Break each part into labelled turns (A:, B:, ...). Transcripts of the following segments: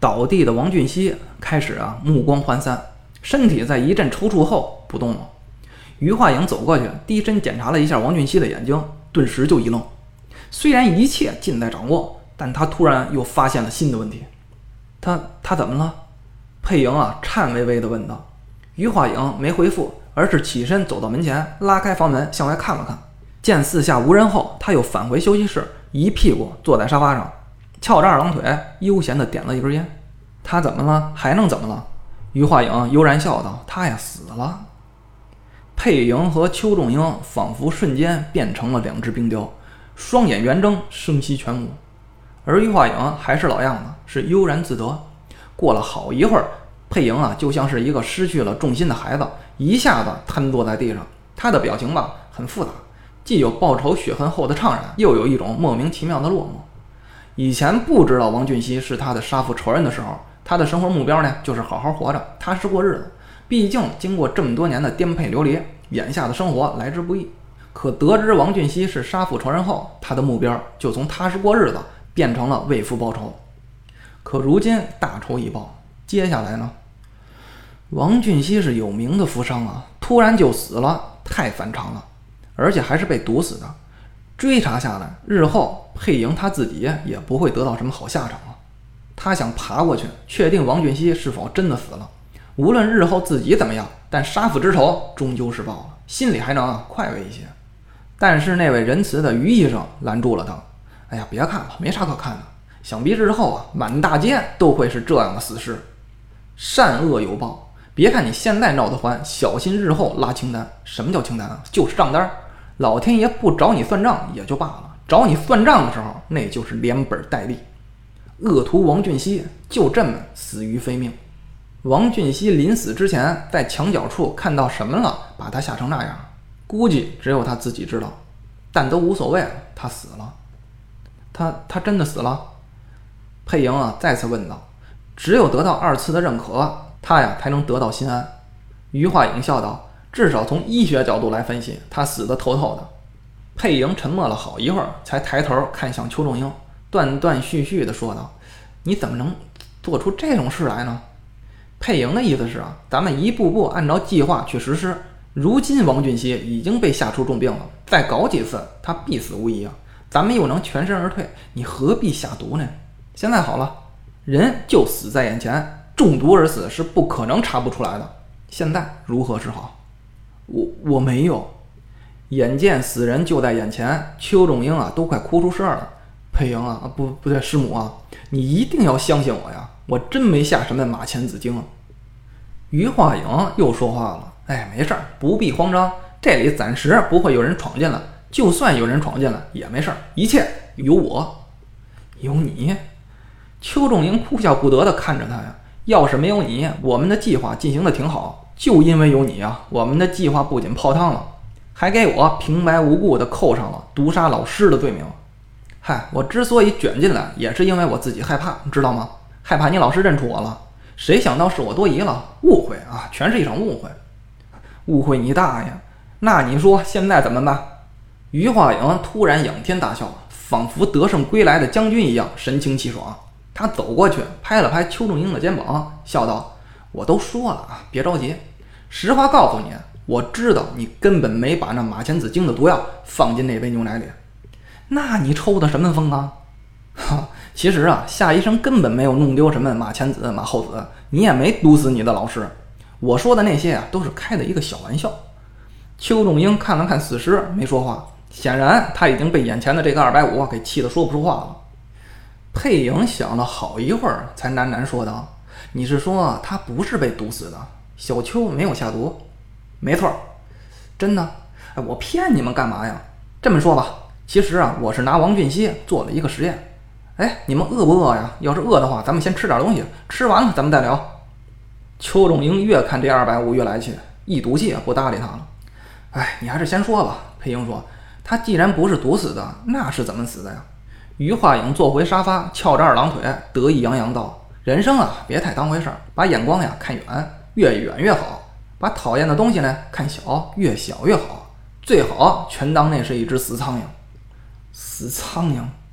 A: 倒地的王俊熙开始目光涣散，身体在一阵抽搐后不动了。于化颖走过去，低身检查了一下王俊熙的眼睛，顿时就一愣。虽然一切尽在掌握，但他突然又发现了新的问题。他怎么了？佩莹颤巍巍地问道。于化颖没回复，而是起身走到门前，拉开房门向外看了看。见四下无人后，他又返回休息室，一屁股坐在沙发上，翘着二郎腿，悠闲地点了一根烟。他怎么了？还能怎么了？于化颖悠然笑道：“他死了。”佩莹和邱仲英仿佛瞬间变成了两只冰雕，双眼圆睁，声息全无。而于化颖还是老样子，是悠然自得。过了好一会儿，佩莹就像是一个失去了重心的孩子，一下子瘫坐在地上。她的表情很复杂，既有报仇雪恨后的怅然，又有一种莫名其妙的落寞。以前不知道王俊熙是他的杀父仇人的时候，他的生活目标就是好好活着，踏实过日子。毕竟经过这么多年的颠沛流离，眼下的生活来之不易。可得知王俊熙是杀父仇人后，他的目标就从踏实过日子变成了为父报仇。可如今大仇已报，接下来呢？王俊熙是有名的富商突然就死了，太反常了，而且还是被毒死的。追查下来，日后佩莹他自己也不会得到什么好下场了。他想爬过去，确定王俊熙是否真的死了。无论日后自己怎么样，但杀父之仇终究是报了，心里还能快慰一些。但是那位仁慈的于医生拦住了他：“哎呀，别看了，没啥可看的。想必日后满大街都会是这样的死尸。善恶有报，别看你现在闹得欢，小心日后拉清单。什么叫清单就是账单。老天爷不找你算账也就罢了，找你算账的时候，那就是连本带利。恶徒王俊熙就这么死于非命。王俊熙临死之前在墙角处看到什么了，把他吓成那样，估计只有他自己知道，但都无所谓了，他死了。他真的死了？佩莹再次问道。只有得到二次的认可，他才能得到心安。于化颖笑道：“至少从医学角度来分析，他死得透透的。”佩莹沉默了好一会儿，才抬头看向邱仲英，断断续续地说道：“你怎么能做出这种事来呢？”佩莹的意思是咱们一步步按照计划去实施。如今王俊熙已经被吓出重病了，再搞几次他必死无疑咱们又能全身而退，你何必下毒呢？现在好了，人就死在眼前，中毒而死是不可能查不出来的。现在如何是好？我没有。眼见死人就在眼前，邱仲英都快哭出声了。佩莹不对，师母你一定要相信我呀，我真没下什么马钱子精。于化颖又说话了：“哎，没事儿，不必慌张，这里暂时不会有人闯进来，就算有人闯进来也没事儿，一切有我。”有你？邱仲英哭笑不得地看着他呀。要是没有你，我们的计划进行的挺好，就因为有你我们的计划不仅泡汤了，还给我平白无故地扣上了毒杀老师的罪名。嗨，我之所以卷进来，也是因为我自己害怕，知道吗？害怕你老师认出我了。谁想到是我多疑了，误会全是一场误会。误会你大爷！那你说现在怎么办？于化颖突然仰天大笑，仿佛得胜归来的将军一样，神清气爽。他走过去拍了拍邱仲英的肩膀，笑道：“我都说了别着急。实话告诉你，我知道你根本没把那马钱子精的毒药放进那杯牛奶里。那你抽的什么风其实夏医生根本没有弄丢什么马钱子、马后子，你也没毒死你的老师。我说的那些都是开的一个小玩笑。”邱仲英看了看死尸，没说话，显然他已经被眼前的这个250给气得说不出话了。佩莹想了好一会儿，才喃喃说道：“你是说他不是被毒死的？小邱没有下毒？”“没错，真的。我骗你们干嘛呀？这么说吧，其实我是拿王俊熙做了一个实验。你们饿不饿呀？要是饿的话，咱们先吃点东西，吃完了咱们再聊。”邱仲英越看这250越来气，一赌气不搭理他了。“你还是先说吧。”佩莹说：“他既然不是毒死的，那是怎么死的呀？”于化颖坐回沙发，翘着二郎腿，得意洋洋道：“人生别太当回事儿，把眼光看远，越远越好。把讨厌的东西看小，越小越好。最好全当那是一只死苍蝇。”死苍蝇？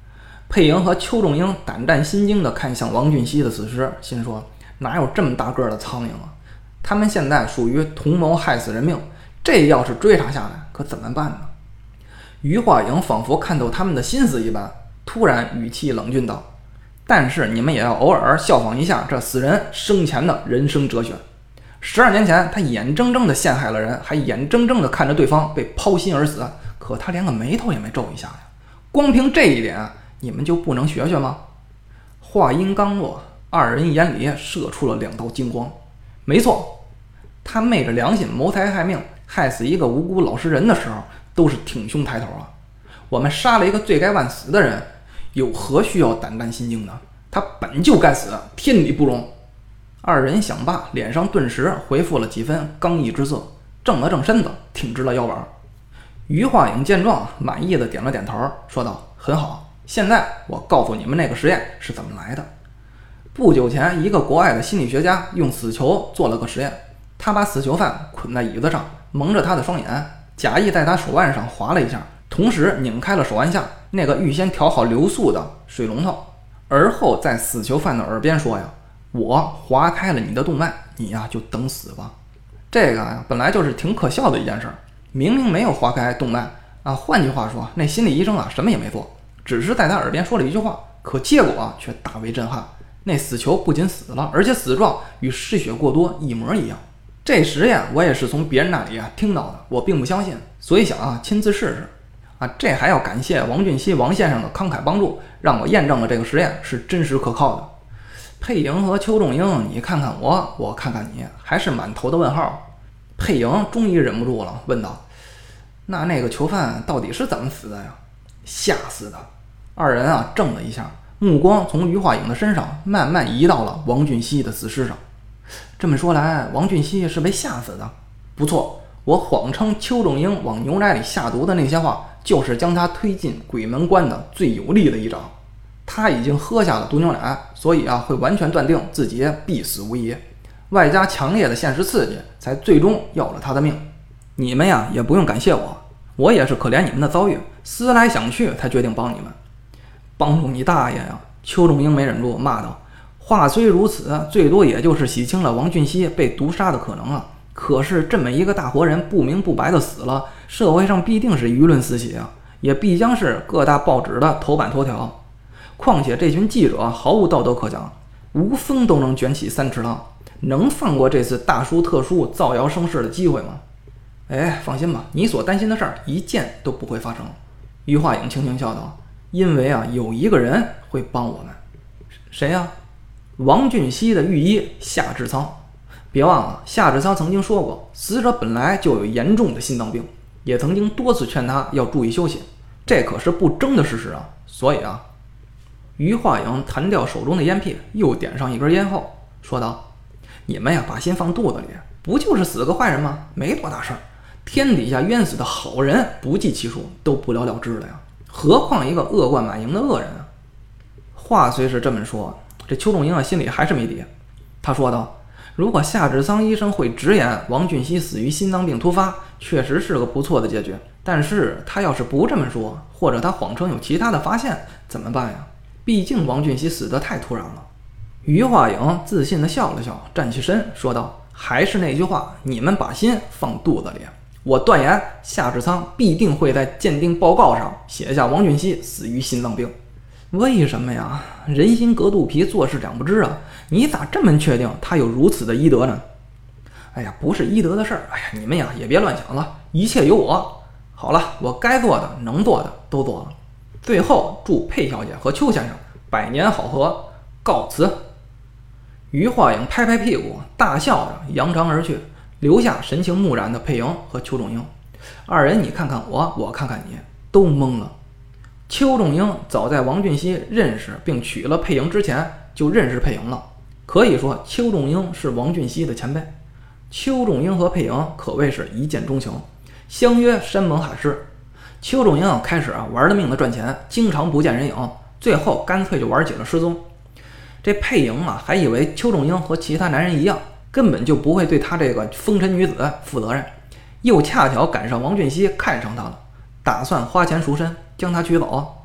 A: 佩莹和邱仲英胆战心惊地看向王俊熙的死尸，心说哪有这么大个的苍蝇啊？他们现在属于同谋害死人命，这要是追查下来可怎么办呢？于化莹仿佛看透他们的心思一般，突然语气冷峻道：但是你们也要偶尔效仿一下这死人生前的人生哲学。12年前他眼睁睁地陷害了人，还眼睁睁地看着对方被抛心而死，可他连个眉头也没皱一下呀。光凭这一点你们就不能学学吗？话音刚落，二人眼里射出了2道金光。没错，他昧着良心谋财害命，害死一个无辜老实人的时候都是挺胸抬头啊。我们杀了一个罪该万死的人，有何需要胆战心惊的？他本就该死，天理不容。二人想罢，脸上顿时恢复了几分刚毅之色，正了正身子，挺直了腰板。于化影见状，满意的点了点头，说道：很好，现在我告诉你们那个实验是怎么来的。不久前，一个国外的心理学家用死囚做了个实验，他把死囚犯捆在椅子上，蒙着他的双眼，假意在他手腕上划了一下，同时拧开了手腕下那个预先调好流速的水龙头，而后在死囚犯的耳边说呀：我划开了你的动脉，你呀就等死吧。这个呀本来就是挺可笑的一件事，明明没有划开动脉啊，换句话说，那心理医生啊什么也没做，只是在他耳边说了一句话，可结果啊却大为震撼。那死囚不仅死了，而且死状与失血过多一模一样。这实验我也是从别人那里听到的，我并不相信，所以想亲自试试这还要感谢王俊熙王先生的慷慨帮助，让我验证了这个实验是真实可靠的。佩莹和邱仲英，你看看我，我看看你，还是满头的问号。佩莹终于忍不住了，问道：那个囚犯到底是怎么死的呀？吓死的。二人怔了一下，目光从于化影的身上慢慢移到了王俊熙的死尸上。这么说来，王俊熙是被吓死的。不错，我谎称邱仲英往牛奶里下毒的那些话，就是将他推进鬼门关的最有力的一招。他已经喝下了毒牛奶，所以会完全断定自己必死无疑，外加强烈的现实刺激，才最终要了他的命。你们也不用感谢我，我也是可怜你们的遭遇，思来想去才决定帮你们。帮助你大爷呀！邱仲英没忍住骂道。话虽如此，最多也就是洗清了王俊熙被毒杀的可能啊。可是这么一个大活人不明不白的死了，社会上必定是舆论四起啊，也必将是各大报纸的头版头条。况且这群记者毫无道德可讲，无风都能卷起3尺浪，能放过这次大书特书造谣生事的机会吗？放心吧，你所担心的事儿一件都不会发生。于化影轻轻笑道：因为有一个人会帮我们。谁呀？王俊熙的御医夏志仓。别忘了，夏志仓曾经说过，死者本来就有严重的心脏病，也曾经多次劝他要注意休息，这可是不争的事实啊。所以于化影弹掉手中的烟屁，又点上一根烟后说道：你们把心放肚子里，不就是死个坏人吗？没多大事儿，天底下冤死的好人不计其数，都不了了之了呀，何况一个恶贯满盈的恶人啊。话虽是这么说，这邱仲英心里还是没底。他说道：如果夏志桑医生会直言王俊熙死于心脏病突发，确实是个不错的结局，但是他要是不这么说，或者他谎称有其他的发现，怎么办呀？毕竟王俊熙死得太突然了。于化影自信地笑了笑，站起身说道：还是那句话，你们把心放肚子里，我断言夏志仓必定会在鉴定报告上写下王俊熙死于心脏病。为什么呀？人心隔肚皮，做事两不知啊！你咋这么确定他有如此的医德呢？不是医德的事儿，你们也别乱想了，一切有我。好了，我该做的能做的都做了。最后祝佩小姐和邱先生百年好合，告辞。于化影拍拍屁股，大笑着扬长而去，留下神情木然的佩莹和邱仲英。二人你看看我，我看看你，都懵了。邱仲英早在王俊熙认识并娶了佩莹之前就认识佩莹了，可以说邱仲英是王俊熙的前辈。邱仲英和佩莹可谓是一见钟情，相约山盟海誓。邱仲英开始玩了命的赚钱，经常不见人影，最后干脆就玩起了失踪。这佩莹还以为邱仲英和其他男人一样，根本就不会对他这个风尘女子负责任，又恰巧赶上王俊熙看上她了，打算花钱赎身将她娶走。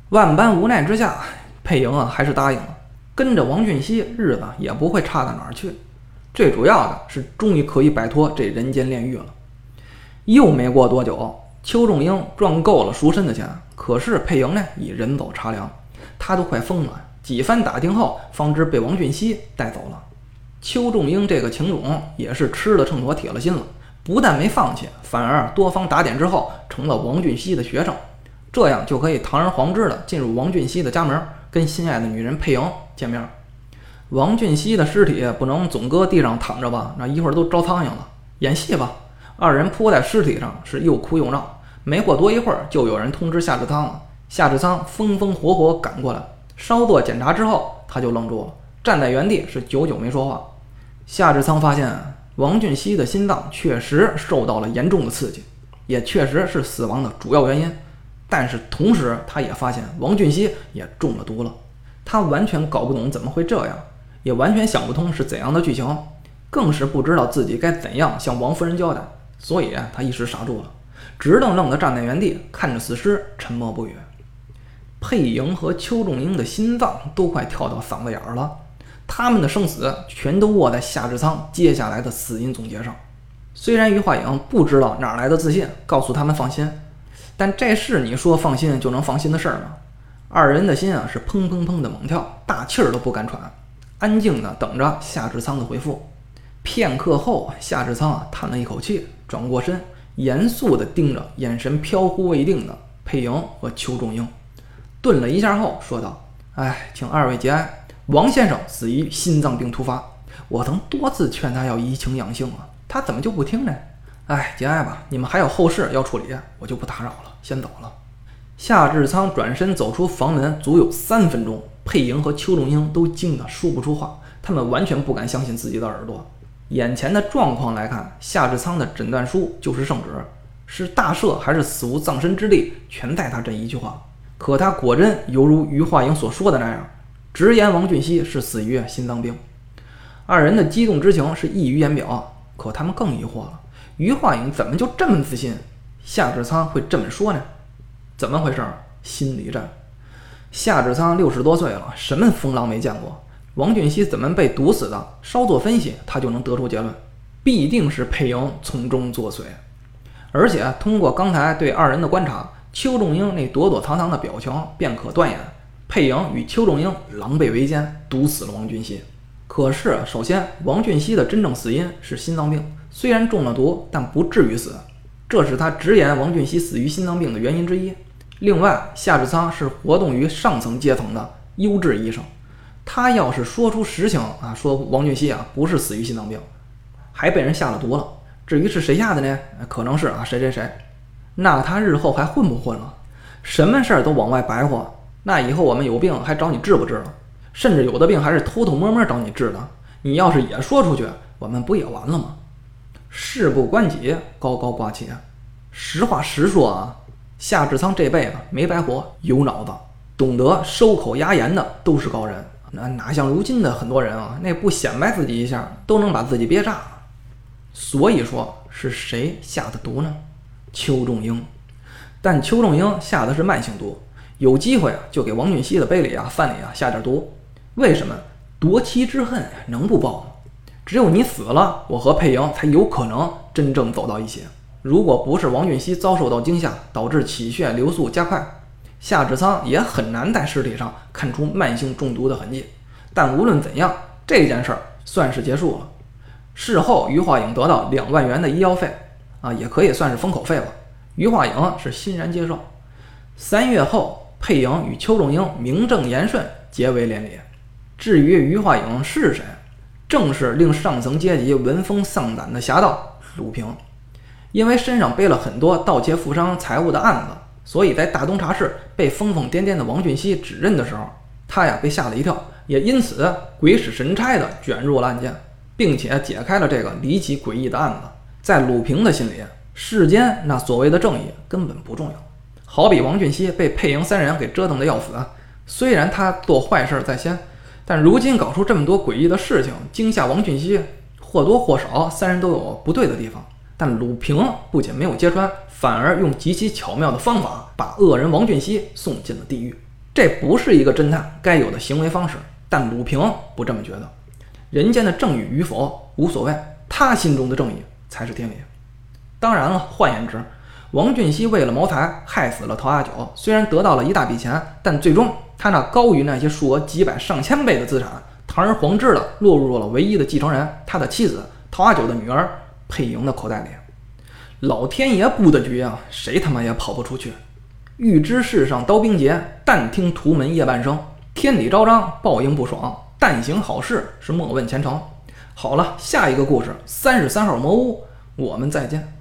A: 万般无奈之下，佩莹还是答应了，跟着王俊熙日子也不会差到哪儿去。最主要的是，终于可以摆脱这人间炼狱了。又没过多久，邱仲英赚够了赎身的钱，可是佩莹呢已人走茶凉，他都快疯了。几番打听后，方知被王俊熙带走了。邱仲英这个情种也是吃了秤砣铁了心了，不但没放弃，反而多方打点之后成了王俊熙的学生，这样就可以堂而皇之的进入王俊熙的家门，跟心爱的女人佩莹见面。王俊熙的尸体不能总搁地上躺着吧，那一会儿都招苍蝇了。演戏吧，二人扑在尸体上是又哭又闹。没过多一会儿，就有人通知夏志仓了。夏志仓风风火火赶过来，稍作检查之后，他就愣住了，站在原地是久久没说话。夏志仓发现王俊熙的心脏确实受到了严重的刺激，也确实是死亡的主要原因。但是同时，他也发现王俊熙也中了毒了。他完全搞不懂怎么会这样，也完全想不通是怎样的剧情，更是不知道自己该怎样向王夫人交代，所以他一时傻住了，直愣愣地站在原地，看着死尸沉默不语。佩莹和邱仲英的心脏都快跳到嗓子眼了，他们的生死全都握在夏志仓接下来的死因总结上。虽然于化影不知道哪来的自信告诉他们放心，但这是你说放心就能放心的事儿吗？二人的心是砰砰砰的猛跳，大气儿都不敢喘，安静的等着夏志仓的回复。片刻后，夏志仓叹了一口气，转过身，严肃地盯着眼神飘忽未定的佩莹和邱仲英，顿了一下后说道：“请二位节哀，王先生死于心脏病突发，我曾多次劝他要怡情养性他怎么就不听呢？节哀吧，你们还有后事要处理，我就不打扰了，先走了。”夏志仓转身走出房门，足有3分钟，佩莹和邱仲英都惊得说不出话，他们完全不敢相信自己的耳朵。眼前的状况来看，夏志仓的诊断书就是圣旨，是大赦还是死无葬身之地，全在他这一句话。可他果真犹如于化影所说的那样，直言王俊熙是死于心脏病。二人的激动之情是溢于言表，可他们更疑惑了，于化影怎么就这么自信，夏志仓会这么说呢？怎么回事？心理战。夏志仓60多岁了，什么风浪没见过？王俊熙怎么被毒死的？稍作分析，他就能得出结论，必定是佩莹从中作祟。而且通过刚才对二人的观察，邱仲英那躲躲藏藏的表情便可断言，佩莹与邱仲英狼狈为奸，毒死了王俊熙。可是首先，王俊熙的真正死因是心脏病，虽然中了毒，但不至于死，这是他直言王俊熙死于心脏病的原因之一。另外，夏志仓是活动于上层阶层的优质医生，他要是说出实情说王俊熙不是死于心脏病，还被人下了毒了，至于是谁下的呢？可能是谁谁谁，那他日后还混不混了？什么事儿都往外白话，那以后我们有病还找你治不治了？甚至有的病还是偷偷摸摸找你治的，你要是也说出去，我们不也完了吗？事不关己，高高挂起。实话实说夏志仓这辈子没白活，有脑子，懂得收口压言的都是高人，哪像如今的很多人那不显摆自己一下都能把自己憋炸。所以说是谁下的毒呢？邱仲英。但邱仲英下的是慢性毒，有机会就给王俊熙的杯里饭里下点毒。为什么？夺妻之恨能不报吗？只有你死了，我和佩莹才有可能真正走到一起。如果不是王俊熙遭受到惊吓，导致气血流速加快，夏志仓也很难在尸体上看出慢性中毒的痕迹。但无论怎样，这件事儿算是结束了。事后于化影得到2万元的医药费也可以算是封口费吧。于化影是欣然接受。3月后，佩莹与邱仲英名正言顺结为连理。至于于化影是谁，正是令上层阶级闻风丧胆的侠盗鲁平。因为身上背了很多盗窃富商财物的案子，所以在大东茶室被疯疯癫癫的王俊熙指认的时候，他被吓了一跳，也因此鬼使神差地卷入了案件，并且解开了这个离奇诡异的案子。在鲁平的心里，世间那所谓的正义根本不重要。好比王俊熙被佩莹3人给折腾的要死，虽然他做坏事在先，但如今搞出这么多诡异的事情，惊吓王俊熙，或多或少3人都有不对的地方。但鲁平不仅没有揭穿，反而用极其巧妙的方法把恶人王俊熙送进了地狱。 这不是一个侦探该有的行为方式，但鲁平不这么觉得。人间的正义与否无所谓，他心中的正义才是天理。当然了，换言之，王俊熙为了谋财害死了陶阿九，虽然得到了一大笔钱，但最终他那高于那些数额几百上千倍的资产，堂而皇之的落入了唯一的继承人他的妻子陶阿九的女儿佩莹的口袋里。老天爷布的局啊，谁他妈也跑不出去。欲知世上刀兵劫，但听屠门夜半声。天理昭彰，报应不爽，但行好事是莫问前程。好了，下一个故事33号魔屋，我们再见。